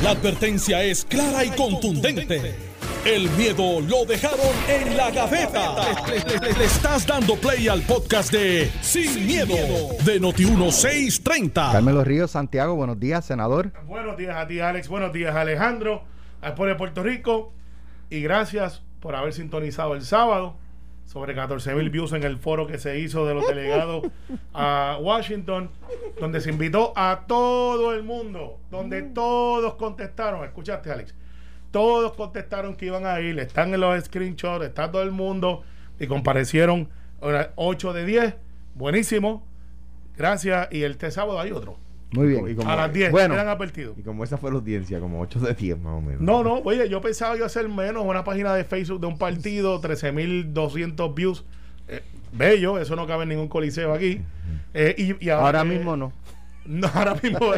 La advertencia es clara y contundente. El miedo lo dejaron en la gaveta. Le estás dando play al podcast de Sin Miedo de Noti1630. Carmelo Ríos, Santiago, buenos días, senador. Buenos días a ti, Alex. Buenos días, Alejandro, al pueblo de Puerto Rico. Y gracias por haber sintonizado el sábado. Sobre 14,000 views en el foro que se hizo de los delegados a Washington, donde se invitó a todo el mundo, donde todos contestaron. ¿Escuchaste, Alex? Todos contestaron que iban a ir. Están en los screenshots, está todo el mundo. Y comparecieron 8 de 10. Buenísimo. Gracias. Y este sábado hay otro. Muy bien. A las 10 bueno, quedan advertidos. Y como esa fue la audiencia, como 8 de 10 más o menos. No, oye, yo pensaba que iba a ser menos. Una página de Facebook de un partido, 13,200 views. Bello, eso no cabe en ningún coliseo aquí. Y ahora mismo no. No, ahora mismo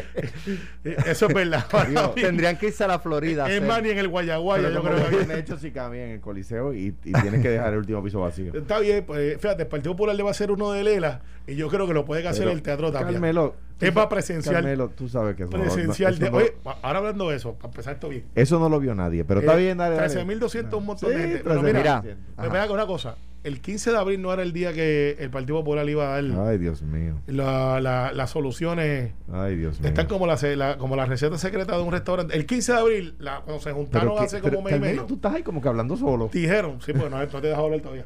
eso es verdad. Tendrían que irse a la Florida. Es más, ni en el Guayaguaya yo creo que bien hecho si cabe en el coliseo y tienes que dejar el último piso vacío. Está bien, pues fíjate, el Partido Popular le va a hacer uno de Lela y yo creo que lo puede hacer el Teatro Tapia. Carmelo, es para presencial. Carmelo, tú sabes que eso presencial. eso Oye, ahora hablando de eso, para empezar esto bien. Eso no lo vio nadie, pero está bien, dale. 13,200 un montón de gente. Pero mira, me pega con una cosa. El 15 de abril no era el día que el Partido Popular iba a dar. Ay, Dios mío. Las soluciones. Ay, Dios mío. Están como la receta secreta de un restaurante. El 15 de abril, cuando se juntaron hace como mes y medio. Tú estás ahí como que hablando solo. Dijeron, sí, pues no te he dejado hablar todavía.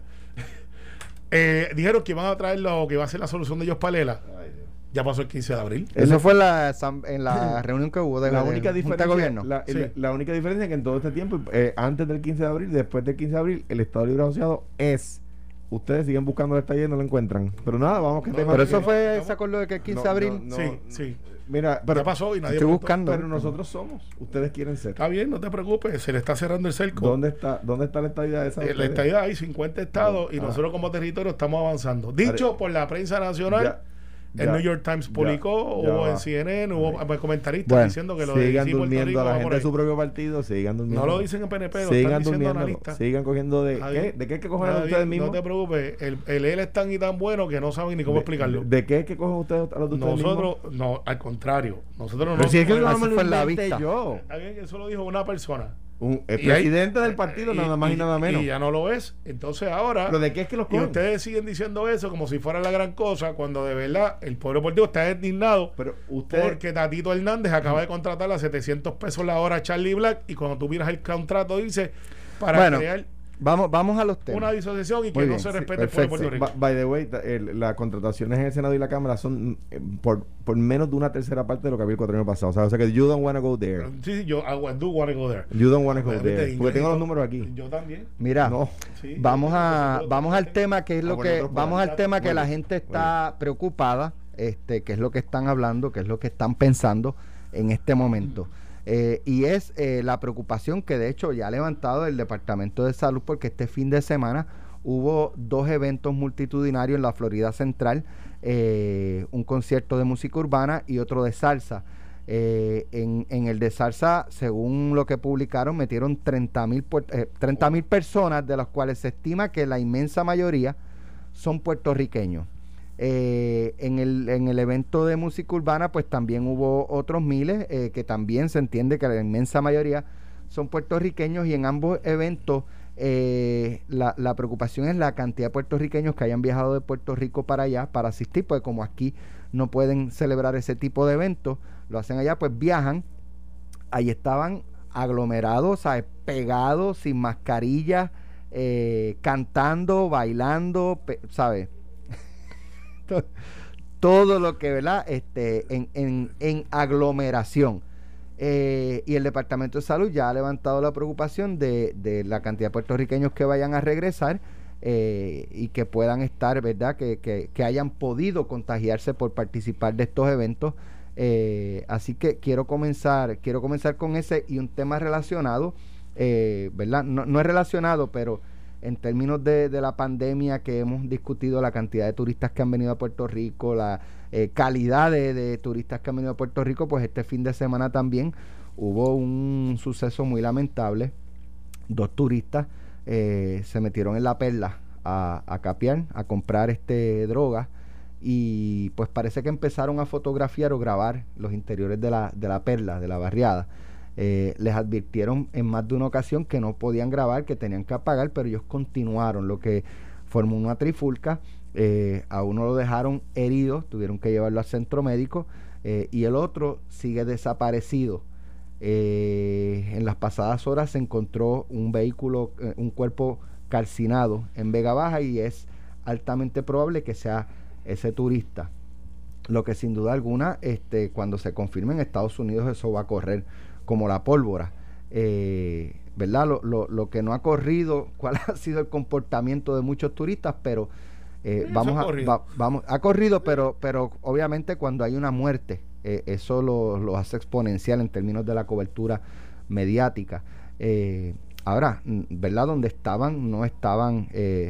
Dijeron que iban a traer lo que iba a ser la solución de ellos para Lela. Ya pasó el 15 de abril. Eso fue en la reunión que hubo de la única diferencia, gobierno. La única diferencia es que en todo este tiempo, antes del 15 de abril, después del 15 de abril, el Estado Libre Asociado es. Ustedes siguen buscando esta y no lo encuentran. Pero nada, vamos que Pero eso fue, ¿se acordó de que el 15 de abril? Sí. Mira, pero ya pasó y nadie estoy buscando. Pero nosotros somos. Ustedes quieren ser. Está bien, no te preocupes. Se le está cerrando el cerco. ¿Dónde está la estadidad de esa? La estadidad hay 50 estados y nosotros como territorio estamos avanzando. Dicho por la prensa nacional. El New York Times publicó, hubo en CNN, hubo comentaristas diciendo que lo de sigan durmiendo a la gente de su propio partido, sigan durmiendo. No lo dicen en PNP, lo sigan están diciendo durmiendo, analistas. sigan cogiendo ¿de qué es que cogen ustedes mismos? No te preocupes, el él es tan y tan bueno que no saben ni cómo explicarlo. ¿De qué es que cogen ustedes a los de ustedes nosotros mismos? No, al contrario. Nosotros no. Pero si es que eso fue en la vista. Yo. Está bien, eso lo dijo una persona. El presidente del partido, nada más y nada menos. Y ya no lo es. Entonces ahora. ¿Pero de qué es que los cogen? Y ustedes siguen diciendo eso como si fuera la gran cosa, cuando de verdad el pueblo deportivo está indignado. Pero porque Tatito Hernández acaba de contratar a $700 la hora a Charlie Black. Y cuando tú miras el contrato, dice para crear. Vamos a los temas. Una disociación y que no se respete el pueblo de Puerto Rico. By the way, las contrataciones en el Senado y la Cámara son por menos de una tercera parte de lo que había el cuatrienio pasado. O sea que you don't want to go there. Sí, yo do want to go there. You don't want to go there. Porque tengo los números aquí. Yo también. Mira, vamos al tema que es lo que vamos al tema que la gente está preocupada, que es lo que están hablando, que es lo que están pensando en este momento. Y es la preocupación que de hecho ya ha levantado el Departamento de Salud, porque este fin de semana hubo 2 eventos multitudinarios en la Florida Central, un concierto de música urbana y otro de salsa. En el de salsa, según lo que publicaron, metieron 30,000 personas, de las cuales se estima que la inmensa mayoría son puertorriqueños. En el evento de música urbana pues también hubo otros miles, que también se entiende que la inmensa mayoría son puertorriqueños, y en ambos eventos la preocupación es la cantidad de puertorriqueños que hayan viajado de Puerto Rico para allá para asistir, pues como aquí no pueden celebrar ese tipo de eventos, lo hacen allá, pues viajan. Ahí estaban aglomerados, ¿sabes? Pegados, sin mascarilla, cantando, bailando, ¿sabes? Todo lo que, ¿verdad? En aglomeración. Y el Departamento de Salud ya ha levantado la preocupación de la cantidad de puertorriqueños que vayan a regresar, y que puedan estar, ¿verdad? Que hayan podido contagiarse por participar de estos eventos. Así que quiero comenzar con ese y un tema relacionado, ¿verdad? No es relacionado, pero en términos de la pandemia que hemos discutido, la cantidad de turistas que han venido a Puerto Rico, la calidad de turistas que han venido a Puerto Rico, pues este fin de semana también hubo un suceso muy lamentable. 2 turistas se metieron en la Perla a capear, a comprar drogas, y pues parece que empezaron a fotografiar o grabar los interiores de la Perla, de la barriada. Les advirtieron en más de una ocasión que no podían grabar, que tenían que apagar, pero ellos continuaron, lo que formó una trifulca. A uno lo dejaron herido, tuvieron que llevarlo al centro médico, y el otro sigue desaparecido. En las pasadas horas se encontró un vehículo, un cuerpo calcinado en Vega Baja, y es altamente probable que sea ese turista. Lo que sin duda alguna, cuando se confirme en Estados Unidos, eso va a correr como la pólvora. ¿Verdad? Lo que no ha corrido, cuál ha sido el comportamiento de muchos turistas, pero ha corrido, pero obviamente cuando hay una muerte, eso lo hace exponencial en términos de la cobertura mediática. Ahora, ¿verdad? Donde estaban, no estaban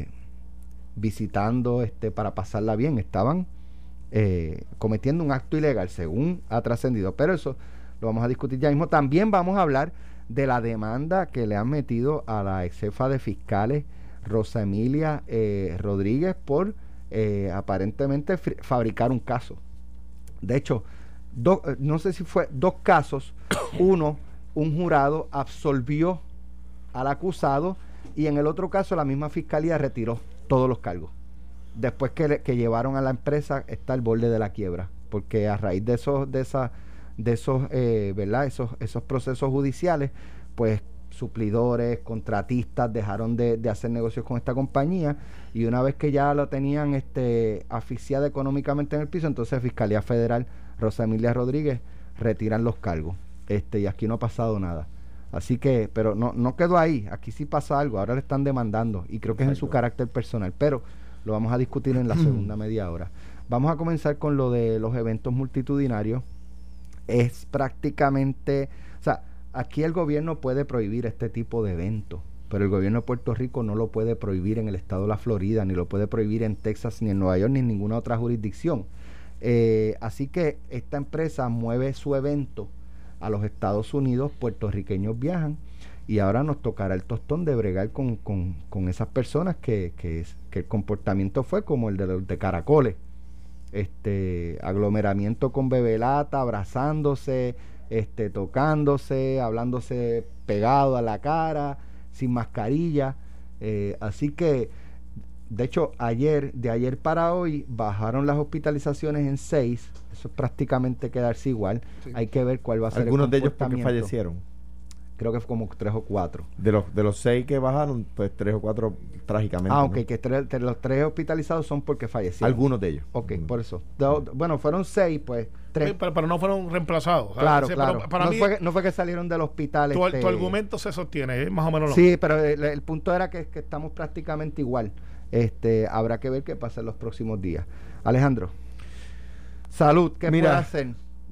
visitando para pasarla bien, estaban cometiendo un acto ilegal, según ha trascendido. Pero eso lo vamos a discutir ya mismo. También vamos a hablar de la demanda que le han metido a la ex jefa de fiscales, Rosa Emilia Rodríguez, por aparentemente fabricar un caso. De hecho, no sé si fue 2 casos. Uno, un jurado absolvió al acusado, y en el otro caso la misma fiscalía retiró todos los cargos. Después que llevaron a la empresa está al borde de la quiebra, porque a raíz de esos ¿verdad? Esos procesos judiciales, pues suplidores, contratistas dejaron de hacer negocios con esta compañía, y una vez que ya lo tenían asfixiada económicamente en el piso, entonces Fiscalía Federal, Rosa Emilia Rodríguez, retiran los cargos. Y aquí no ha pasado nada. Así que, pero no quedó ahí, aquí sí pasa algo, ahora le están demandando, y creo que es en su carácter personal, pero lo vamos a discutir en la segunda media hora. Vamos a comenzar con lo de los eventos multitudinarios. Es prácticamente, o sea, aquí el gobierno puede prohibir este tipo de eventos, pero el gobierno de Puerto Rico no lo puede prohibir en el estado de la Florida, ni lo puede prohibir en Texas, ni en Nueva York, ni en ninguna otra jurisdicción. Así que esta empresa mueve su evento a los Estados Unidos, puertorriqueños viajan, y ahora nos tocará el tostón de bregar con esas personas que el comportamiento fue como el de los de Caracoles. Aglomeramiento con bebelata, abrazándose, tocándose, hablándose pegado a la cara, sin mascarilla. Así que, de hecho, de ayer para hoy bajaron las hospitalizaciones en 6. Eso es prácticamente quedarse igual. Sí. Hay que ver cuál va a ser algunos de ellos porque fallecieron. Creo que fue como 3 o 4. De los 6 que bajaron, pues 3 o 4 trágicamente. Ok, ¿no? Que los 3 hospitalizados son porque fallecieron. Algunos de ellos. Ok, por eso. Bueno, fueron 6, pues 3. Sí, pero no fueron reemplazados. Claro, claro. Para mí, no fue que salieron del hospital. Tu argumento se sostiene, más o menos lo. Sí, pero el punto era que estamos prácticamente igual. Habrá que ver qué pasa en los próximos días. Alejandro, salud, ¿qué puede hacer?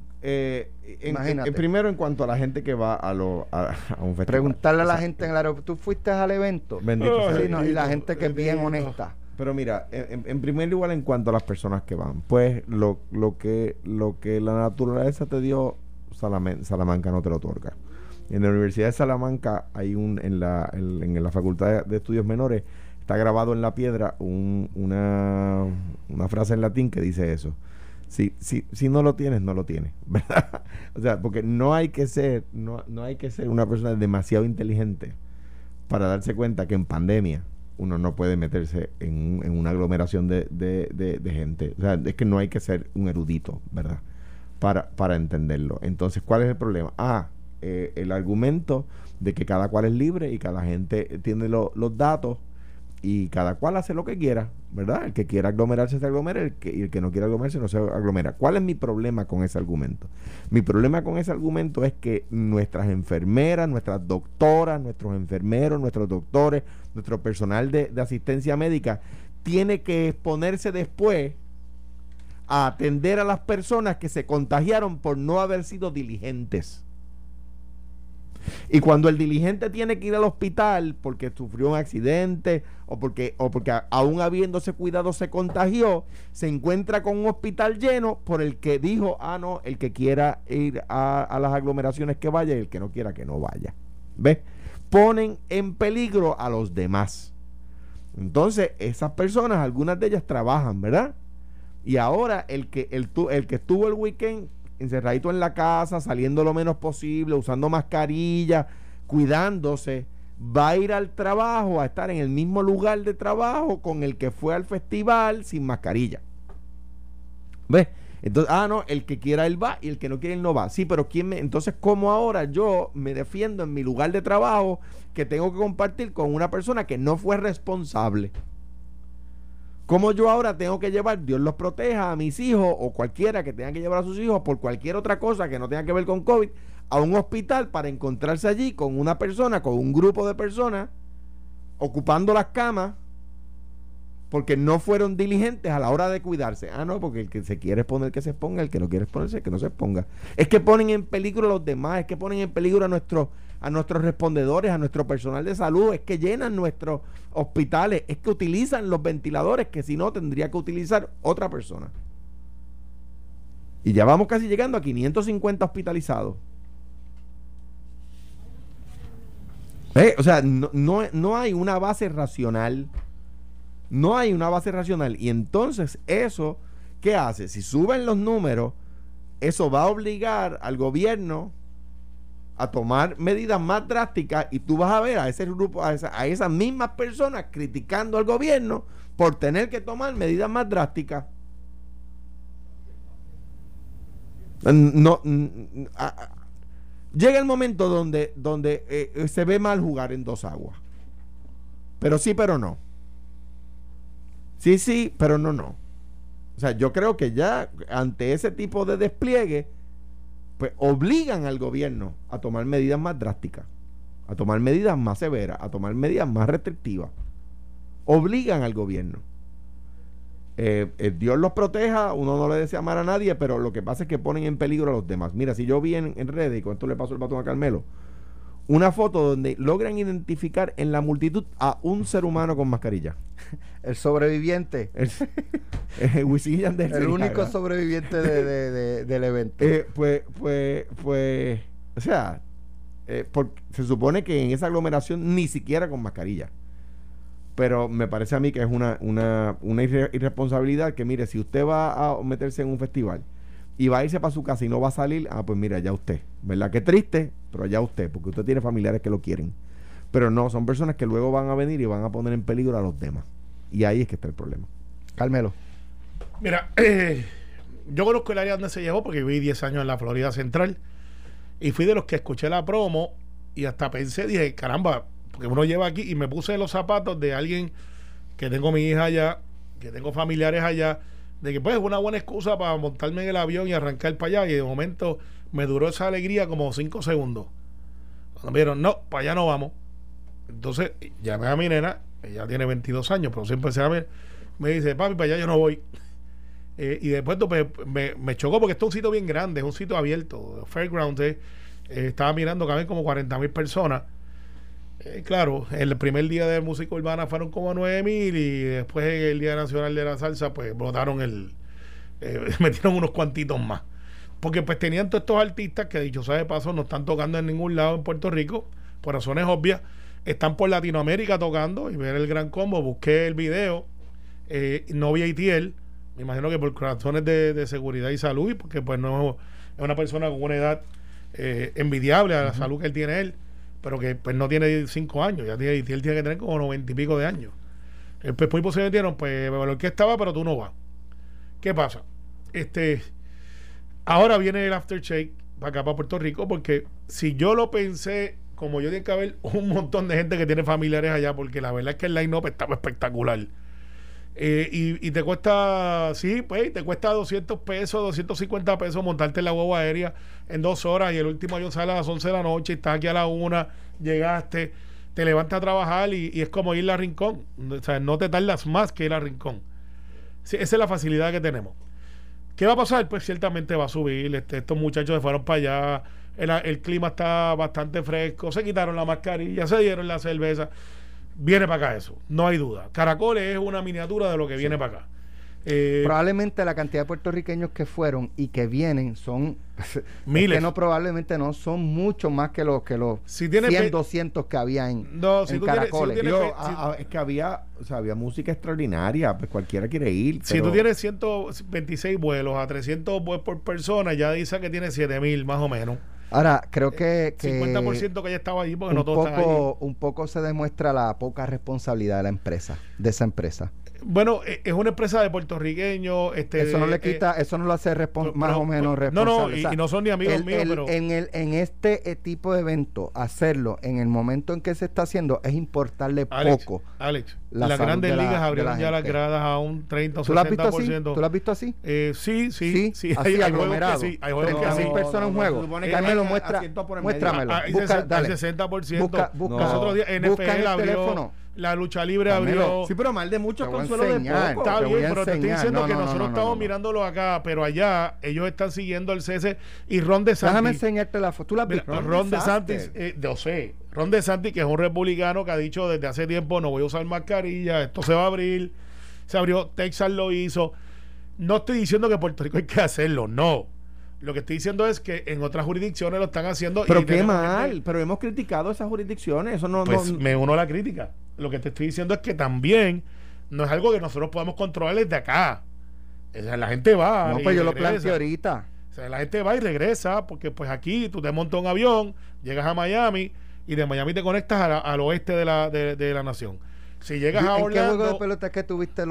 Primero, en cuanto a la gente que va a un festival, preguntarle a la gente en el aeropuerto, ¿tú fuiste al evento? Bendito sea. Sí, no, y la gente que es bien honesta. Pero mira, en primer lugar, en cuanto a las personas que van, pues lo que la naturaleza te dio, Salamanca no te lo otorga. En la Universidad de Salamanca hay en la Facultad de Estudios Menores, está grabado en la piedra una frase en latín que dice eso. Si no lo tienes, no lo tienes, ¿verdad? O sea, porque no hay que ser una persona demasiado inteligente para darse cuenta que en pandemia uno no puede meterse en una aglomeración de gente. O sea, es que no hay que ser un erudito, ¿verdad? Para entenderlo. Entonces, ¿cuál es el problema? El argumento de que cada cual es libre y cada gente tiene los datos y cada cual hace lo que quiera, ¿verdad? El que quiera aglomerarse se aglomera, y el que no quiera aglomerarse no se aglomera. ¿Cuál es mi problema con ese argumento? Mi problema con ese argumento es que nuestras enfermeras, nuestras doctoras, nuestros enfermeros, nuestros doctores, nuestro personal de asistencia médica tiene que exponerse después a atender a las personas que se contagiaron por no haber sido diligentes. Y cuando el diligente tiene que ir al hospital porque sufrió un accidente o porque aún habiéndose cuidado se contagió, se encuentra con un hospital lleno por el que dijo, no, el que quiera ir a las aglomeraciones que vaya y el que no quiera que no vaya. ¿Ves? Ponen en peligro a los demás. Entonces, esas personas, algunas de ellas trabajan, ¿verdad? Y ahora el que estuvo el weekend encerradito en la casa, saliendo lo menos posible, usando mascarilla, cuidándose, va a ir al trabajo, a estar en el mismo lugar de trabajo con el que fue al festival sin mascarilla. ¿Ves? Entonces, no, el que quiera él va y el que no quiere él no va. Sí, pero entonces, ¿cómo ahora yo me defiendo en mi lugar de trabajo que tengo que compartir con una persona que no fue responsable? ¿Cómo yo ahora tengo que llevar, Dios los proteja, a mis hijos o cualquiera que tenga que llevar a sus hijos por cualquier otra cosa que no tenga que ver con COVID a un hospital para encontrarse allí con una persona, con un grupo de personas ocupando las camas porque no fueron diligentes a la hora de cuidarse? No, porque el que se quiere exponer que se exponga, el que no quiere exponerse que no se exponga. Es que ponen en peligro a los demás, es que ponen en peligro a nuestros respondedores, a nuestro personal de salud, es que llenan nuestros hospitales, es que utilizan los ventiladores que si no tendría que utilizar otra persona. Y ya vamos casi llegando a 550 hospitalizados. O sea, no hay una base racional. No hay una base racional. Y entonces eso, ¿qué hace? Si suben los números, eso va a obligar al gobierno a tomar medidas más drásticas, y tú vas a ver a ese grupo, a esas mismas personas criticando al gobierno por tener que tomar medidas más drásticas. Llega el momento donde se ve mal jugar en dos aguas. Pero sí, pero no. Sí, pero no. O sea, yo creo que ya ante ese tipo de despliegue, pues obligan al gobierno a tomar medidas más drásticas, a tomar medidas más severas, a tomar medidas más restrictivas. Obligan al gobierno. Dios los proteja, uno no le desea amar a nadie, pero lo que pasa es que ponen en peligro a los demás. Mira, si yo vi en redes, y con esto le paso el batón a Carmelo, una foto donde logran identificar en la multitud a un ser humano con mascarilla. El sobreviviente. El único sobreviviente del evento. O sea, se supone que en esa aglomeración ni siquiera con mascarilla. Pero me parece a mí que es una irresponsabilidad que, mire, si usted va a meterse en un festival y va a irse para su casa y no va a salir, pues mira, ya usted, ¿verdad? Qué triste, pero ya usted, porque usted tiene familiares que lo quieren. Pero no, son personas que luego van a venir y van a poner en peligro a los demás. Y ahí es que está el problema. Carmelo. Mira, yo conozco el área donde se llevó porque viví 10 años en la Florida Central y fui de los que escuché la promo y hasta pensé, dije, caramba, porque uno lleva aquí, y me puse los zapatos de alguien que tengo mi hija allá, que tengo familiares allá, de que pues es una buena excusa para montarme en el avión y arrancar para allá, y de momento me duró esa alegría como 5 segundos. Cuando me dijeron, no, para allá no vamos. Entonces llamé a mi nena, ella tiene 22 años, pero siempre me dice, papi, para allá yo no voy. Y después pues, me chocó porque esto es un sitio bien grande, es un sitio abierto, Fairgrounds, estaba mirando que había como 40,000 personas. Claro, el primer día de música urbana fueron como 9,000 y después el Día Nacional de la Salsa pues botaron metieron unos cuantitos más, porque pues tenían todos estos artistas que, dicho sea de paso, no están tocando en ningún lado en Puerto Rico por razones obvias, están por Latinoamérica tocando. Y ver el Gran Combo, busqué el video, no vi a Itiel, me imagino que por razones de seguridad y salud, y porque pues no es una persona con una edad envidiable a la salud que él tiene pero que pues no tiene 5 años, él tiene que tener como 90 y pico de años. Pues muy posible dijeron, pues lo que estaba, pero tú no vas. ¿Qué pasa? Ahora viene el aftershake para acá, para Puerto Rico, porque si yo lo pensé, como yo tiene que haber un montón de gente que tiene familiares allá, porque la verdad es que el line-up estaba espectacular. Y te cuesta, te cuesta 200 pesos, 250 pesos montarte en la guagua aérea en 2 horas, y el último avión sale a las 11 de la noche, estás aquí a la 1, llegaste, te levantas a trabajar y es como ir a Rincón. O sea, no te tardas más que ir a Rincón. Sí, esa es la facilidad que tenemos. ¿Qué va a pasar? Pues ciertamente va a subir. Estos muchachos se fueron para allá, el clima está bastante fresco, se quitaron la mascarilla, se dieron la cerveza. Viene para acá eso, no hay duda. Caracoles es una miniatura de lo que viene para acá. Probablemente la cantidad de puertorriqueños que fueron y que vienen son miles. Que no, probablemente no, son mucho más que los si 100, 200 que había en Caracoles. Es que había música extraordinaria, pues cualquiera quiere ir. Si tú tienes 126 vuelos a 300 vuelos por persona, ya dice que tiene 7,000 más o menos. Ahora, creo que 50% que ya estaba allí porque no todos están allí. Un poco se demuestra la poca responsabilidad de la empresa, de esa empresa. Bueno, es una empresa de puertorriqueños. Eso no le quita, eso no lo hace más o menos responsable. No, y no son ni amigos míos, pero en este tipo de evento, hacerlo en el momento en que se está haciendo es importarle poco. Alex, las grandes ligas abrieron ya las gradas a un 30 o 60%. ¿Tú lo has visto así? Sí. Así aglomerado. Hay juegos que sí. 30,000 personas en juego. Carmelo, muéstramelo. Hay Dale. 60%. Busca Los otros días NFL abrió. La lucha libre abrió. Sí, pero mal de muchos consuelo de poco. Está bien, pero te estoy diciendo que nosotros estamos mirándolo acá, pero allá ellos están siguiendo el cese y Ron DeSantis. Déjame enseñarte la foto. ¿Tú la has visto? Ron DeSantis, yo sé. Ron DeSantis, que es un republicano que ha dicho desde hace tiempo no voy a usar mascarilla, esto se va a abrir. Se abrió, Texas lo hizo. No estoy diciendo que Puerto Rico hay que hacerlo, no. Lo que estoy diciendo es que en otras jurisdicciones lo están haciendo. Pero qué mal, pero hemos criticado esas jurisdicciones. Eso me uno a la crítica. Lo que te estoy diciendo es que también no es algo que nosotros podamos controlar desde acá. O sea, la gente va. No, pues yo lo planteo ahorita. O sea, la gente va y regresa, porque pues aquí tú te montas un avión, llegas a Miami y de Miami te conectas al oeste de la nación. Si llegas a Orlando. ¿En qué juego de pelota es que tuviste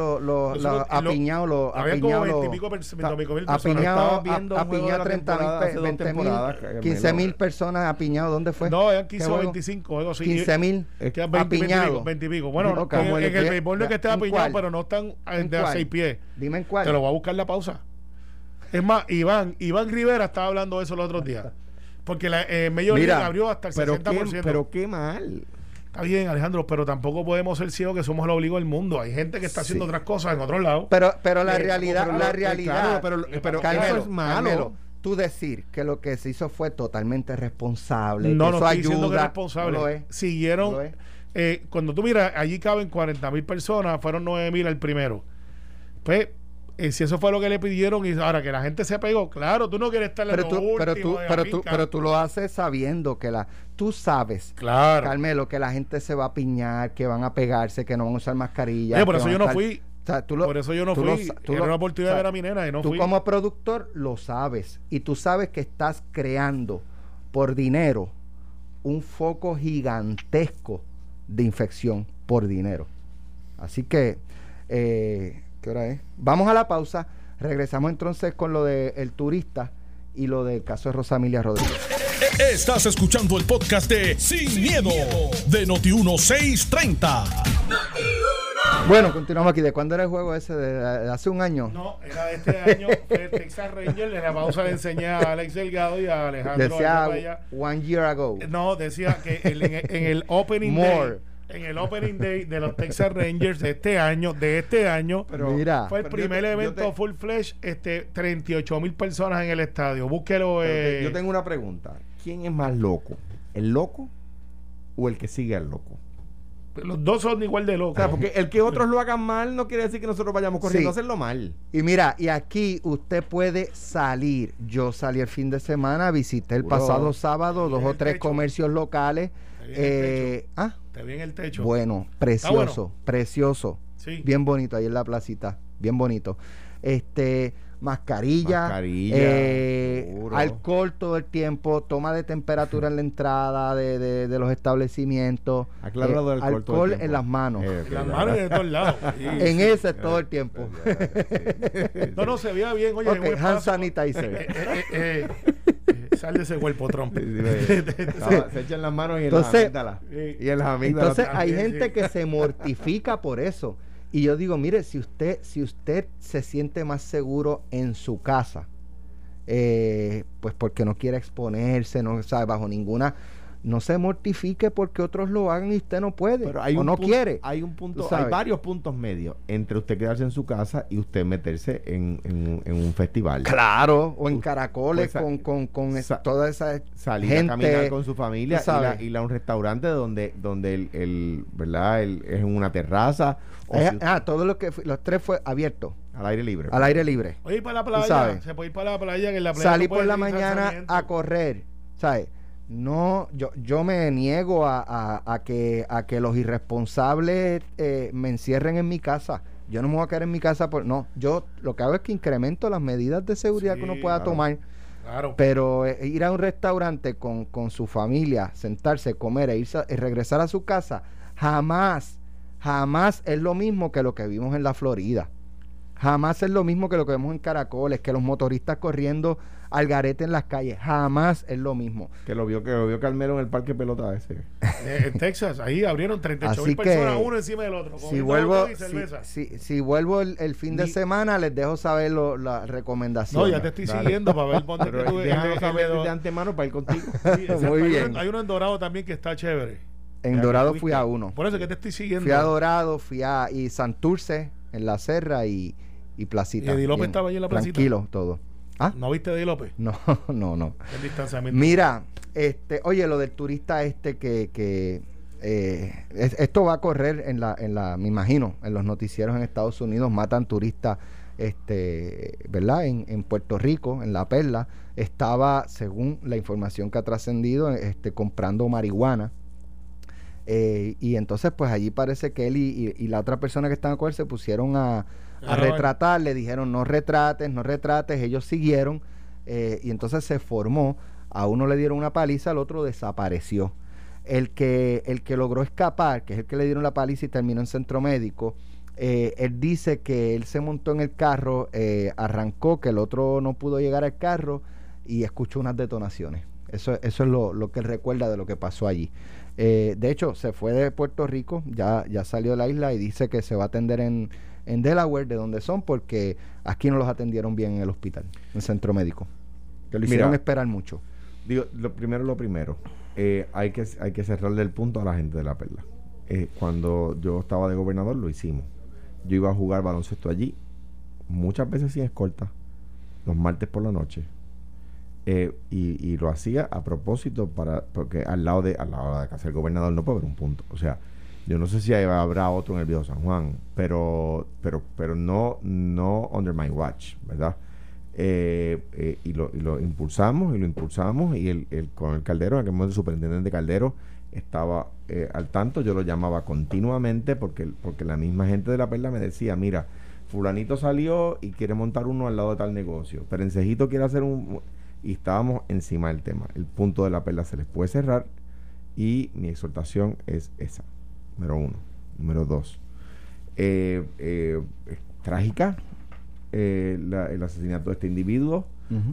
apiñados? Había como 20 y pico mil personas. Apiñado 30,000, 15,000 personas apiñados. ¿Dónde fue? No, eran 15 o 25, algo así. 15,000 apiñados. 20 y pico. Bueno, en el béisbol no es que esté apiñado, pero no están de a 6 pies. Dime en cuál. Te lo voy a buscar la pausa. Es más, Iván Rivera estaba hablando de eso los otros días. Porque la Major League abrió hasta el 60%. Pero qué mal. Está bien, Alejandro, pero tampoco podemos ser ciegos que somos el ombligo del mundo. Hay gente que está haciendo otras cosas en otros lados. Pero la realidad, pero Carmelo, eso es malo. Carmelo, tú decir que lo que se hizo fue totalmente responsable. No eso estoy diciendo que es ayuda, responsable. no lo es. Siguieron. Cuando tú miras, allí caben 40,000 personas, fueron 9,000 el primero. Pues, si eso fue lo que le pidieron y ahora que la gente se pegó, claro, tú no quieres estar en pero tú lo haces sabiendo que tú sabes, claro, Carmelo, que la gente se va a piñar, que van a pegarse, que no van a usar mascarilla. Por eso yo no fui. Por eso yo no fui. Era una oportunidad de ver a mi nena y no fui. Tú como productor lo sabes y tú sabes que estás creando por dinero un foco gigantesco de infección por dinero. Así que ¿qué hora es? Vamos a la pausa. Regresamos entonces con lo del turista y lo del caso de Rosamilia Rodríguez. Estás escuchando el podcast de Sin Miedo de Noti1630. Bueno, continuamos aquí. ¿De cuándo era el juego ese? ¿De hace un año? No, era de este año. Fue Texas Rangers. En la pausa le enseñé a Alex Delgado y a Alejandro. Decía 1 year ago. No, decía que en el opening day. En el opening day de los Texas Rangers de este año, pero mira, fue el primer evento full fledged, 38,000 personas en el estadio. Búsquelo. Yo tengo una pregunta. ¿Quién es más loco? ¿El loco o el que sigue al loco? Los dos son igual de locos. O sea, porque el que otros lo hagan mal no quiere decir que nosotros vayamos corriendo a hacerlo mal. Y mira, y aquí usted puede salir. Yo salí el fin de semana, visité el pasado sábado 2 o 3 comercios locales. Te vi en el techo. Bueno, precioso, precioso. Sí. Bien bonito ahí en la placita, bien bonito. Mascarilla, alcohol todo el tiempo, toma de temperatura en la entrada de los establecimientos, alcohol en las manos. En las manos y de todos lados. En ese todo el tiempo. No, se veía bien. Oye, hand sanitizer. Sal de ese cuerpo, Trump. Se echan las manos y en las amígdalas. Y en las amígdalas. Entonces hay gente que se mortifica por eso. Y yo digo, mire, si usted se siente más seguro en su casa, pues porque no quiere exponerse, no sabe, bajo ninguna, no se mortifique porque otros lo hagan y usted no puede. Pero hay o no quiere. Hay un punto, hay varios puntos medios entre usted quedarse en su casa y usted meterse en un festival. Claro, o en Caracoles pues, con toda esa salir gente, a caminar con su familia, ir a un restaurante donde el ¿verdad? Es en una terraza. Todo lo que los 3 fue abierto. Al aire libre. Al aire libre. Oye, ir para la playa. Se puede ir para la playa. Que en la playa salí por la mañana a correr. ¿Sabes? No, yo me niego a que los irresponsables me encierren en mi casa. Yo no me voy a quedar en mi casa no, yo lo que hago es que incremento las medidas de seguridad que uno pueda tomar. Claro. Pero ir a un restaurante con su familia, sentarse, comer e regresar a su casa, jamás es lo mismo que lo que vimos en la Florida. Jamás es lo mismo que lo que vemos en Caracoles, que los motoristas corriendo al garete en las calles. Jamás es lo mismo. Que lo vio Carmelo en el parque pelota ese. En Texas, ahí abrieron 38,000 personas, uno encima del otro. Si vuelvo el fin de semana, les dejo saber las recomendaciones. No, ya te estoy siguiendo para ver dónde tú déjalo saber de antemano para ir contigo. Sí, muy bien. Hay uno en Dorado también que está chévere. En Dorado fui a uno. Por eso que te estoy siguiendo. Fui a Dorado, y Santurce en la Serra y Placita. ¿Y Eddie López estaba allí en la placita? Tranquilo, todo. ¿Ah? ¿No viste a Eddie López? No. El distanciamiento. Mira, oye, lo del turista esto va a correr me imagino, en los noticieros en Estados Unidos, matan turistas, ¿verdad? En Puerto Rico, en La Perla, estaba, según la información que ha trascendido, comprando marihuana. Y entonces, pues allí parece que él y la otra persona que estaba con él se pusieron a retratar, le dijeron no retrates, ellos siguieron y entonces se formó, a uno le dieron una paliza, al otro desapareció. El que logró escapar, que es el que le dieron la paliza y terminó en centro médico, él dice que él se montó en el carro, arrancó, que el otro no pudo llegar al carro y escuchó unas detonaciones. Eso es lo que él recuerda de lo que pasó allí. De hecho, se fue de Puerto Rico, ya salió de la isla y dice que se va a atender en Delaware, de donde son, porque aquí no los atendieron bien en el hospital, en el centro médico. Que lo hicieron esperar mucho. Digo, lo primero. Hay que cerrarle el punto a la gente de La Perla. Cuando yo estaba de gobernador, lo hicimos. Yo iba a jugar baloncesto allí, muchas veces sin escolta, los martes por la noche. Y lo hacía a propósito porque al lado de casa del gobernador no puede haber un punto. O sea, yo no sé si habrá otro en el Viejo San Juan, pero no under my watch, ¿verdad? Y lo impulsamos y el con el Caldero, en aquel momento el superintendente Caldero estaba al tanto. Yo lo llamaba continuamente porque la misma gente de La Perla me decía, mira, fulanito salió y quiere montar uno al lado de tal negocio, Perencejito quiere hacer y estábamos encima del tema. El punto de La Perla se les puede cerrar y mi exhortación es esa, número 1. Número 2, trágica el asesinato de este individuo.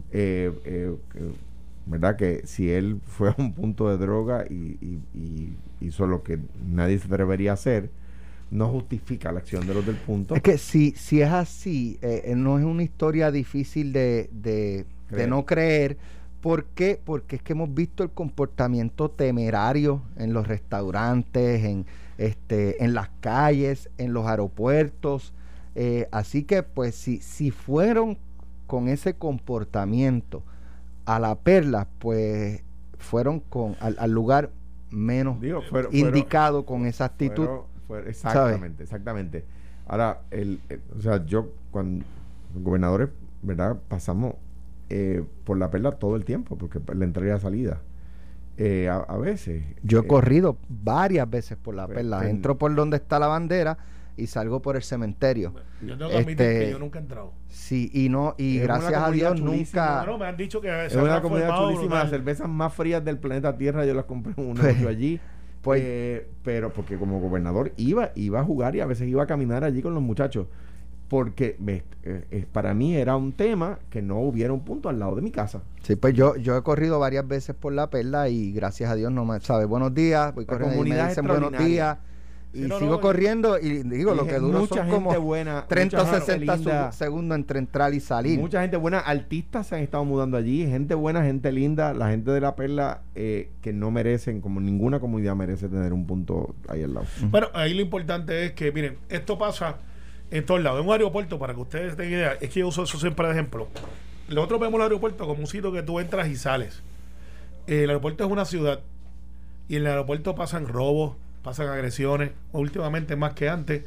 ¿Verdad? Que si él fue a un punto de droga y hizo lo que nadie se atrevería a hacer, no justifica la acción de los del punto. Es que si es así, no es una historia difícil de no creer. ¿Por qué? Porque es que hemos visto el comportamiento temerario en los restaurantes, en las calles, en los aeropuertos. Así que, pues, si fueron con ese comportamiento a La Perla, pues fueron al lugar menos indicado con esa actitud. Exactamente. Ahora, o sea, yo cuando los gobernadores, ¿verdad? Pasamos por La Perla todo el tiempo, porque la entrada y la salida. A veces. Yo he corrido varias veces por La Perla. Entro por donde está la bandera y salgo por el cementerio. Yo tengo que admitir que yo nunca he entrado. Sí, y gracias a Dios nunca. No, me han dicho que es una comunidad chulísima. Las cervezas más frías del planeta Tierra yo las compré en un negocio allí. Pero porque como gobernador iba a jugar y a veces iba a caminar allí con los muchachos. Porque para mí era un tema que no hubiera un punto al lado de mi casa. Sí, pues yo he corrido varias veces por La Perla y gracias a Dios no me sabe buenos días, voy corriendo y me dicen buenos días y sigo corriendo y digo lo que duro son como 30 o 60 segundos entre entrar y salir. Mucha gente buena, artistas se han estado mudando allí, gente buena, gente linda, la gente de La Perla que no merecen, como ninguna comunidad merece tener un punto ahí al lado. Bueno, ahí lo importante es que, miren, esto pasa en todos lados. En un aeropuerto, para que ustedes tengan idea, es que yo uso eso siempre de ejemplo. Nosotros vemos el aeropuerto como un sitio que tú entras y sales. El aeropuerto es una ciudad y en el aeropuerto pasan robos, pasan agresiones, últimamente más que antes.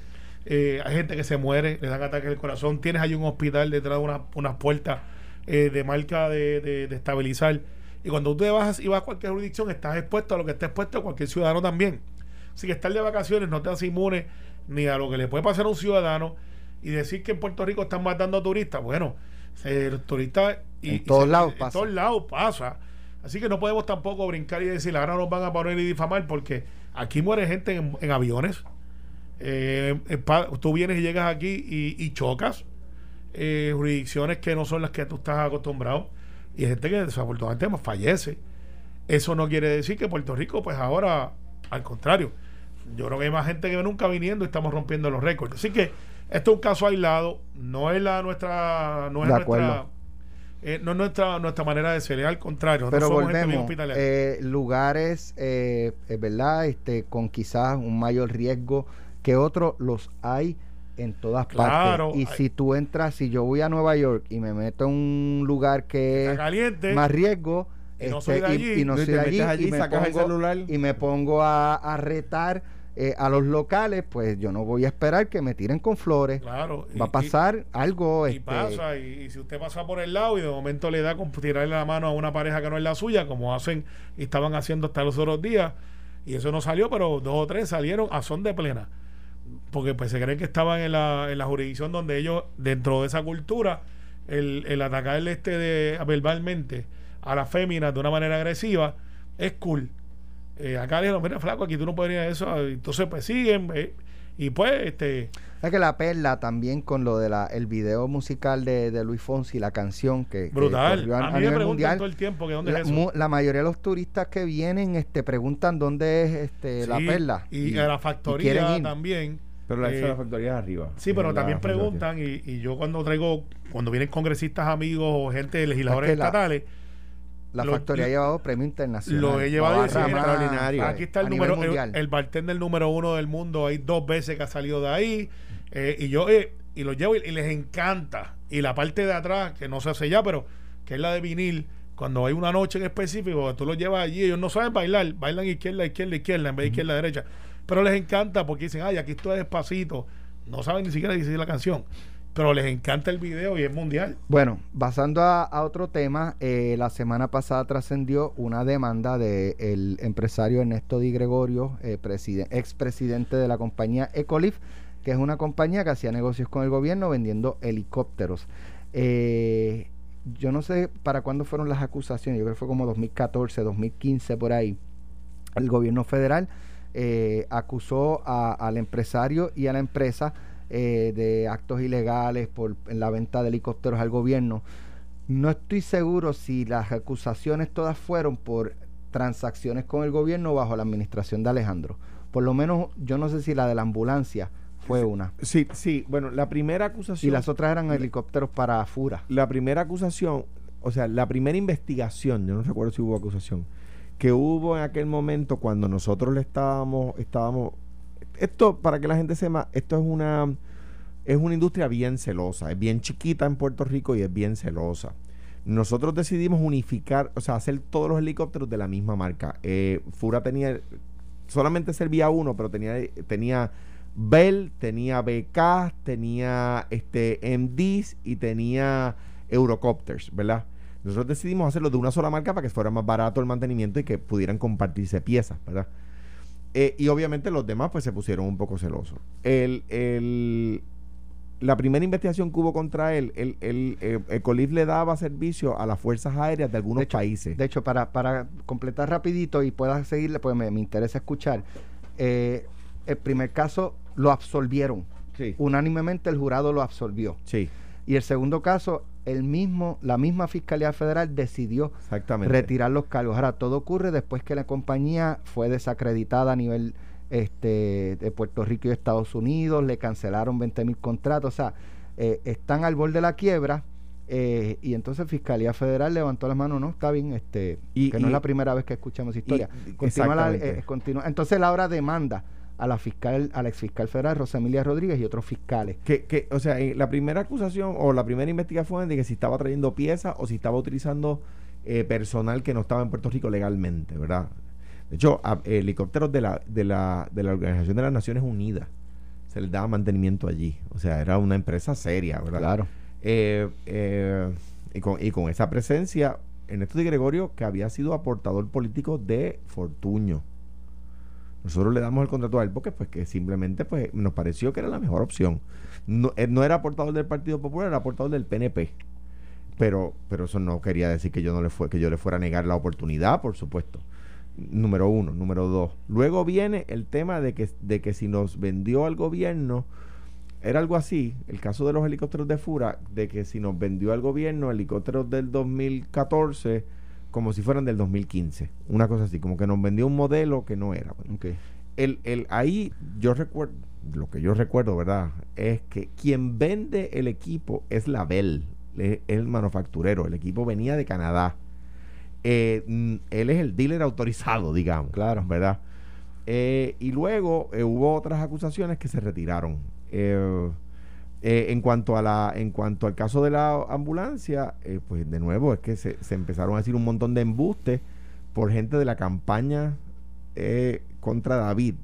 hay gente que se muere, le dan ataques al corazón, tienes ahí un hospital detrás de unas puertas de marca de estabilizar, y cuando tú te vas y vas a cualquier jurisdicción estás expuesto a lo que está expuesto cualquier ciudadano también. Así que estar de vacaciones no te hace inmune ni a lo que le puede pasar a un ciudadano, y decir que en Puerto Rico están matando a turistas, bueno, los turistas en todos lados pasa. Así que no podemos tampoco brincar y decir ahora nos van a poner y difamar, porque aquí muere gente en aviones. Tú vienes y llegas aquí y chocas jurisdicciones que no son las que tú estás acostumbrado, y hay gente que desafortunadamente fallece. Eso no quiere decir que Puerto Rico, pues ahora, al contrario, yo creo que hay más gente que nunca viniendo y estamos rompiendo los récords. Así que esto es un caso aislado, no es nuestra manera de ser, al contrario. Pero somos volvemos, lugares, ¿verdad? Con quizás un mayor riesgo que otros, los hay en todas partes. Y si tú entras, si yo voy a Nueva York y me meto en un lugar que es caliente, más riesgo, y no soy de allí, y me pongo a retar a los locales, pues yo no voy a esperar que me tiren con flores. Claro, va a pasar algo. Y pasa, y si usted pasa por el lado y de momento le da con tirarle la mano a una pareja que no es la suya, como hacen y estaban haciendo hasta los otros días, y eso no salió, pero 2 o 3 salieron a son de plena, porque pues se creen que estaban en la jurisdicción donde ellos, dentro de esa cultura, el atacar verbalmente a las féminas de una manera agresiva es cool. Acá le dijeron, mira, flaco, aquí tú no podrías eso. Entonces pues siguen, y pues es que la perla también con lo de el video musical de Luis Fonsi, la canción que brutal, que a mí me preguntan mundial, todo el tiempo que dónde es eso. La mayoría de los turistas que vienen preguntan dónde es la perla, y a la factoría también. Pero la factoría es arriba. Sí, pero también preguntan, y yo cuando vienen congresistas amigos o gente de legisladores estatales, la factoría ha llevado premio internacional. Lo he llevado extraordinario. Aquí está el bartender número 1 del mundo. Hay 2 veces que ha salido de ahí. Y yo lo llevo y les encanta. Y la parte de atrás, que no se hace ya, pero que es la de vinil, cuando hay una noche en específico, tú los llevas allí, ellos no saben bailar. Bailan izquierda, en vez de izquierda, derecha. Pero les encanta porque dicen, aquí esto es despacito. No saben ni siquiera decir la canción, pero les encanta el video y es mundial. Bueno, pasando a otro tema, la semana pasada trascendió una demanda del empresario Ernesto Di Gregorio, expresidente de la compañía Ecolif, que es una compañía que hacía negocios con el gobierno vendiendo helicópteros. Yo no sé para cuándo fueron las acusaciones, yo creo que fue como 2014, 2015 por ahí. El gobierno federal acusó al empresario y a la empresa de actos ilegales en la venta de helicópteros al gobierno. No estoy seguro si las acusaciones todas fueron por transacciones con el gobierno bajo la administración de Alejandro. Por lo menos yo no sé si la de la ambulancia fue una. Sí, bueno, la primera acusación... Y las otras eran helicópteros para FURA. La primera acusación, o sea, la primera investigación, yo no recuerdo si hubo acusación, que hubo en aquel momento cuando nosotros le estábamos esto, para que la gente sepa, esto es una industria bien celosa, es bien chiquita en Puerto Rico y es bien celosa. Nosotros decidimos unificar, o sea, hacer todos los helicópteros de la misma marca. FURA solamente servía uno, pero tenía Bell, tenía BK, tenía MDs y tenía Eurocopters, ¿verdad? Nosotros decidimos hacerlo de una sola marca para que fuera más barato el mantenimiento y que pudieran compartirse piezas, ¿verdad? Y obviamente los demás pues se pusieron un poco celosos. La primera investigación que hubo contra él, Ecolif le daba servicio a las fuerzas aéreas de algunos países. De hecho, para completar rapidito y puedas seguirle, pues me interesa escuchar. El primer caso lo absolvieron. Sí. Unánimemente el jurado lo absolvió. Sí. Y el segundo caso, la misma Fiscalía Federal decidió retirar los cargos. Ahora, todo ocurre después que la compañía fue desacreditada a nivel de Puerto Rico y Estados Unidos, le cancelaron 20,000 contratos, o sea, están al borde de la quiebra, y entonces Fiscalía Federal levantó las manos, no, está bien, que no es la primera vez que escuchamos historia. Continúa. Entonces la hora demanda a la exfiscal federal Rosemilia Rodríguez y otros fiscales. O sea, la primera acusación o la primera investigación fue de que si estaba trayendo piezas o si estaba utilizando personal que no estaba en Puerto Rico legalmente, ¿verdad? De hecho, helicópteros de la Organización de las Naciones Unidas se les daba mantenimiento allí. O sea, era una empresa seria, ¿verdad? Claro. Y con esa presencia, Ernesto Di Gregorio, que había sido aportador político de Fortuño. Nosotros le damos el contrato a él porque pues que simplemente pues nos pareció que era la mejor opción. No era aportador del Partido Popular, era aportador del PNP. Pero eso no quería decir que yo le fuera a negar la oportunidad, por supuesto. Número uno. Número dos. Luego viene el tema de que si nos vendió al gobierno, era algo así, el caso de los helicópteros de Fura, de que si nos vendió al gobierno helicópteros del 2014 como si fueran del 2015. Una cosa así, como que nos vendió un modelo que no era. Okay. Ahí yo recuerdo, lo que yo recuerdo, ¿verdad? Es que quien vende el equipo es la Bell, es el manufacturero. El equipo venía de Canadá. Él es el dealer autorizado, digamos. Claro. ¿Verdad? Y luego hubo otras acusaciones que se retiraron. En cuanto al caso de la ambulancia, pues de nuevo es que se empezaron a decir un montón de embustes por gente de la campaña contra David,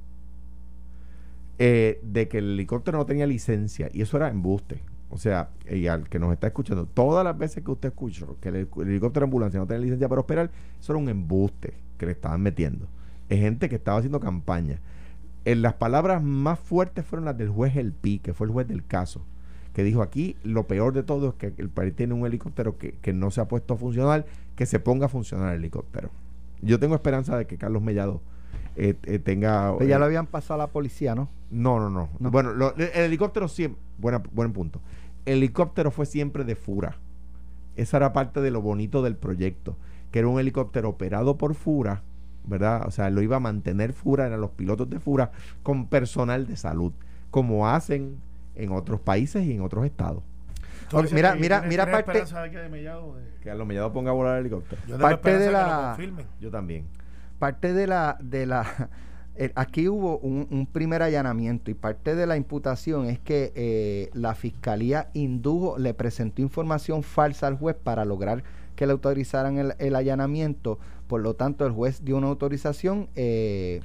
de que el helicóptero no tenía licencia, y eso era embuste. O sea, y al que nos está escuchando, todas las veces que usted escuchó que el helicóptero de ambulancia no tenía licencia para operar, eso era un embuste que le estaban metiendo. Es gente que estaba haciendo campaña. Las palabras más fuertes fueron las del juez El Pi, que fue el juez del caso, que dijo: aquí lo peor de todo es que el país tiene un helicóptero que no se ha puesto a funcionar, que se ponga a funcionar el helicóptero. Yo tengo esperanza de que Carlos Mellado tenga... Pero ya lo habían pasado a la policía, ¿no? No. Bueno, el helicóptero siempre... Buen punto. El helicóptero fue siempre de Fura. Esa era parte de lo bonito del proyecto, que era un helicóptero operado por Fura, ¿verdad? O sea, lo iba a mantener Fura, eran los pilotos de Fura, con personal de salud, como hacen en otros países y en otros estados. Okay, mira parte que a lo Mellado ponga a volar el helicóptero. Yo tengo parte de la... Yo también. Parte de la aquí hubo un primer allanamiento, y parte de la imputación es que la fiscalía le presentó información falsa al juez para lograr que le autorizaran el allanamiento. Por lo tanto, el juez dio una autorización de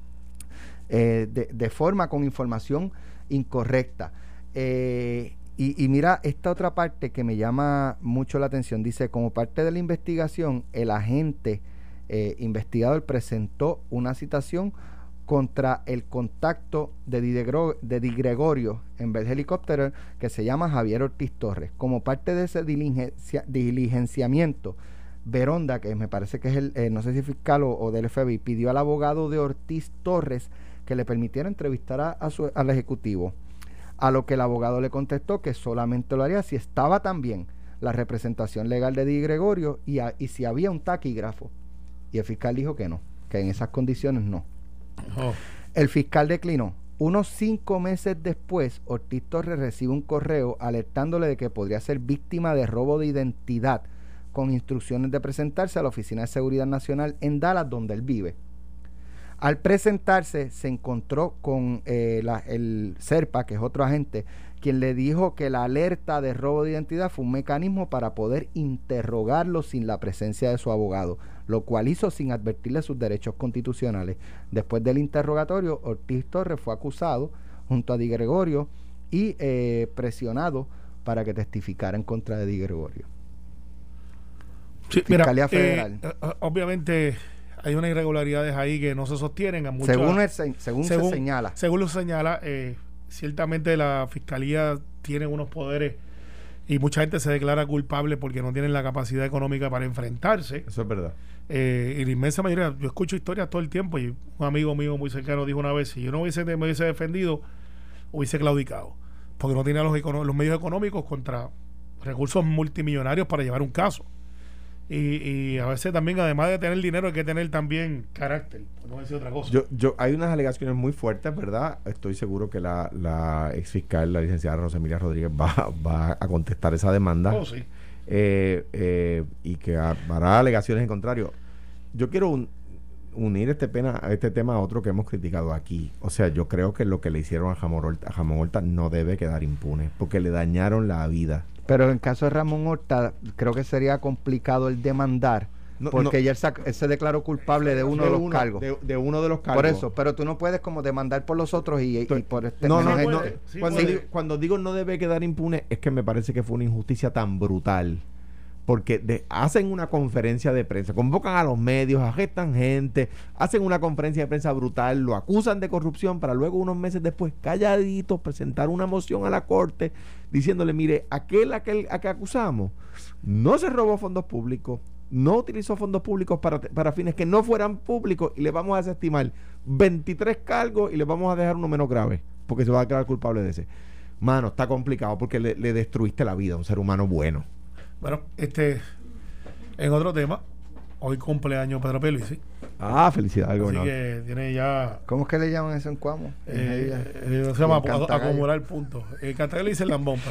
forma con información incorrecta. Y mira esta otra parte que me llama mucho la atención. Dice: como parte de la investigación, el agente investigador presentó una citación contra el contacto de Di Gregorio en Bell Helicopter, que se llama Javier Ortiz Torres. Como parte de ese diligenciamiento, Veronda, que me parece que es el no sé si fiscal o del FBI, pidió al abogado de Ortiz Torres que le permitiera entrevistar al ejecutivo, a lo que el abogado le contestó que solamente lo haría si estaba también la representación legal de Di Gregorio y si había un taquígrafo. Y el fiscal dijo que no, que en esas condiciones no. Oh. El fiscal declinó. Unos 5 meses después, Ortiz Torres recibe un correo alertándole de que podría ser víctima de robo de identidad, con instrucciones de presentarse a la Oficina de Seguridad Nacional en Dallas, donde él vive. Al presentarse, se encontró con el CERPA, que es otro agente, quien le dijo que la alerta de robo de identidad fue un mecanismo para poder interrogarlo sin la presencia de su abogado, lo cual hizo sin advertirle sus derechos constitucionales. Después del interrogatorio, Ortiz Torres fue acusado junto a Di Gregorio y presionado para que testificara en contra de Di Gregorio. Sí, Fiscalía mira, Federal. Obviamente hay unas irregularidades ahí que no se sostienen. Según se señala. Según lo señala, ciertamente la Fiscalía tiene unos poderes y mucha gente se declara culpable porque no tienen la capacidad económica para enfrentarse. Eso es verdad. Y la inmensa mayoría, yo escucho historias todo el tiempo, y un amigo mío muy cercano dijo una vez: si yo no me hubiese defendido, hubiese claudicado, porque no tenía los medios económicos contra recursos multimillonarios para llevar un caso. Y a veces también, además de tener dinero, hay que tener también carácter, por no decir otra cosa. Hay unas alegaciones muy fuertes, ¿verdad? Estoy seguro que la ex fiscal, la licenciada Rosa Emilia Rodríguez, va a contestar esa demanda. Oh, sí. Y que hará alegaciones en contrario. Yo quiero unir este tema a otro que hemos criticado aquí. O sea, yo creo que lo que le hicieron a Ramón Horta no debe quedar impune, porque le dañaron la vida. Pero en caso de Ramón Horta, creo que sería complicado el demandar, porque ya él se declaró culpable de uno de los cargos. De uno de los cargos. Por eso, pero tú no puedes como demandar por los otros y por este... Cuando digo no debe quedar impune, es que me parece que fue una injusticia tan brutal. Porque hacen una conferencia de prensa, convocan a los medios, arrestan gente, hacen una conferencia de prensa brutal, lo acusan de corrupción para luego unos meses después, calladitos, presentar una moción a la corte diciéndole, mire, aquel a que acusamos no se robó fondos públicos, no utilizó fondos públicos para fines que no fueran públicos y le vamos a desestimar 23 cargos y le vamos a dejar uno menos grave, porque se va a declarar culpable de ese. Mano, está complicado porque le destruiste la vida a un ser humano bueno. Bueno, en otro tema, hoy cumpleaños Pedro Pierluisi. Felicidades, así gobernador. Que tiene ya... ¿Cómo es que le llaman eso en Cuamo? Se llama acumular puntos. El Cantagallo le dice el lambón,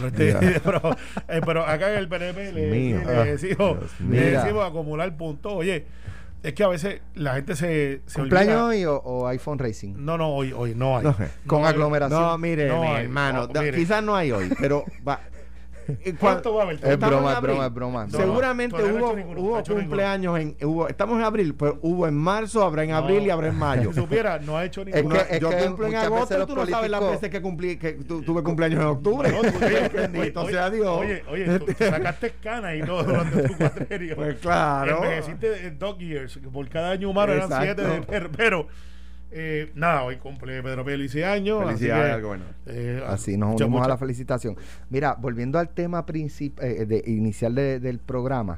pero acá en el PNP le decimos acumular puntos. Oye, es que a veces la gente se ¿Cumpleaños hoy o iPhone Racing? No, hoy no hay. Con aglomeración. No, mire, hermano, quizás no hay hoy, pero va... ¿Cuánto va a haber? Es broma. Seguramente hubo cumpleaños estamos en abril, pero hubo en marzo, habrá en abril y habrá en mayo. Si supiera, no ha hecho ninguno. Yo cumplo en agosto, tú no sabes las veces que tuve cumpleaños en octubre. Entonces, adiós. Oye, tú sacaste canas y todo durante tu cuatrenio. Pues claro. Envejeciste 2 years, por cada año humano eran 7, pero... nada, hoy cumple Pedro Pierluisi años. Felicidades, algo bueno. Así nos unimos a la felicitación. Mira, volviendo al tema inicial del programa,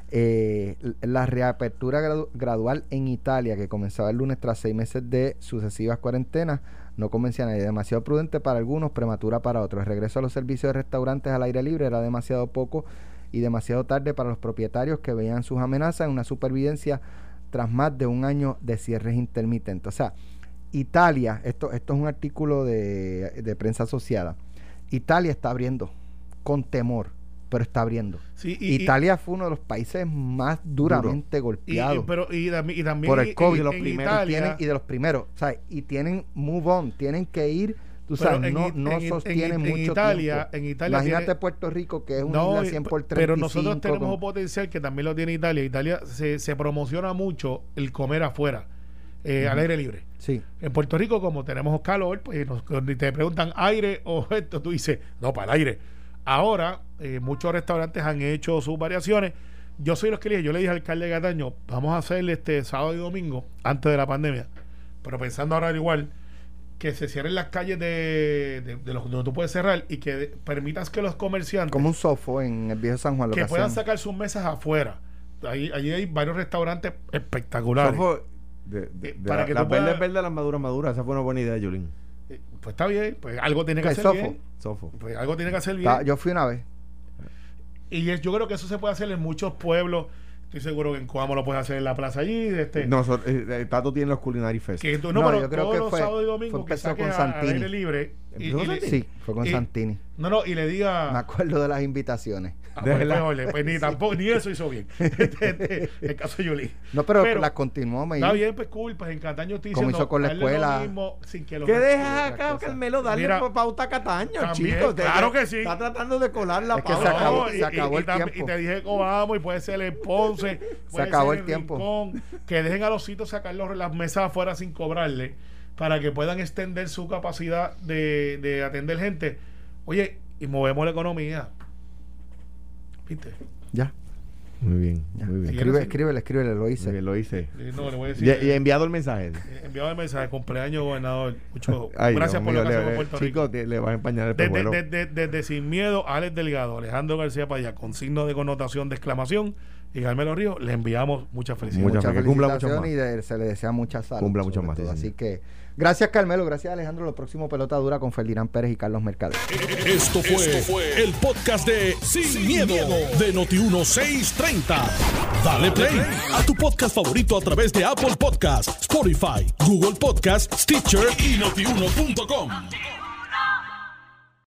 la reapertura gradual en Italia, que comenzaba el lunes tras 6 meses de sucesivas cuarentenas, no convencía a nadie. Demasiado prudente para algunos, prematura para otros. El regreso a los servicios de restaurantes al aire libre era demasiado poco y demasiado tarde para los propietarios que veían sus amenazas en una supervivencia tras más de un año de cierres intermitentes. O sea, Italia, esto es un artículo de prensa asociada. Italia está abriendo con temor, pero está abriendo. Sí, Italia fue uno de los países más duramente golpeados y también por el COVID. De los primeros y de los primeros, o sea, y tienen move on, tienen que ir. Tú sabes, no sostienen mucho tiempo. En Italia imagínate Puerto Rico, que es una isla 100 por 35. Pero nosotros tenemos un potencial que también lo tiene Italia. Italia se promociona mucho el comer afuera, al aire libre. Sí. En Puerto Rico, como tenemos calor, pues te preguntan aire o esto, tú dices, no, para el aire. Ahora, muchos restaurantes han hecho sus variaciones. Yo soy los que yo le dije al alcalde Cataño, vamos a hacer sábado y domingo, antes de la pandemia, pero pensando ahora igual, que se cierren las calles de los donde tú puedes cerrar y que permitas que los comerciantes, como un sofo en el viejo San Juan, que puedan sacar sus mesas afuera. Allí hay varios restaurantes espectaculares. Sofo para que las verdes, las maduras. Esa fue una buena idea, Yulín. Pues está bien, pues algo tiene que hacer bien. Sofo. Pues algo tiene que hacer bien. Yo fui una vez. Y yo creo que eso se puede hacer en muchos pueblos. Estoy seguro que en Coamo lo puedes hacer en la plaza allí. No, Tato tiene los Culinary Fest. Pero yo creo que los sábados y domingos que saques con Santini. al aire libre. Sí, fue con Santini. Y le diga... Me acuerdo de las invitaciones. Pues ni eso hizo bien. El caso de Yuli. No, pero las continuó. Está bien, pues cool. Pues en Cataño estoy diciendo... Como hizo con la escuela. ¿Qué dejas acá, Carmelo? Dale pauta a Cataño, chicos. Claro que sí. Está tratando de colar la pauta. Se acabó el tiempo. Y te dije Coamo y puede ser en Ponce. Se acabó el tiempo. Rincón, que dejen a los sitios sacar las mesas afuera sin cobrarle, para que puedan extender su capacidad de atender gente. Oye, y movemos la economía. ¿Viste? Ya. Muy bien. Escríbele, lo hice. Bien, lo hice. No, le voy a decir. Y he enviado el mensaje. Enviado el mensaje. Cumpleaños, gobernador. Gracias por lo que hace con Puerto Rico. Chicos, le vas a empañar el pejuelo. Desde Sin Miedo, Alex Delgado, Alejandro García Payá, con signo de connotación de exclamación, y Carmelo Ríos, le enviamos muchas felicidades. Muchas felicitaciones y se le desea mucha salud. Cumpla mucho más. Así que gracias, Carmelo, gracias, Alejandro. Lo próximo, Pelota Dura con Ferdinand Pérez y Carlos Mercader. Esto fue el podcast de Sin Miedo de Noti1630. Dale play a tu podcast favorito a través de Apple Podcasts, Spotify, Google Podcasts, Stitcher y Notiuno.com.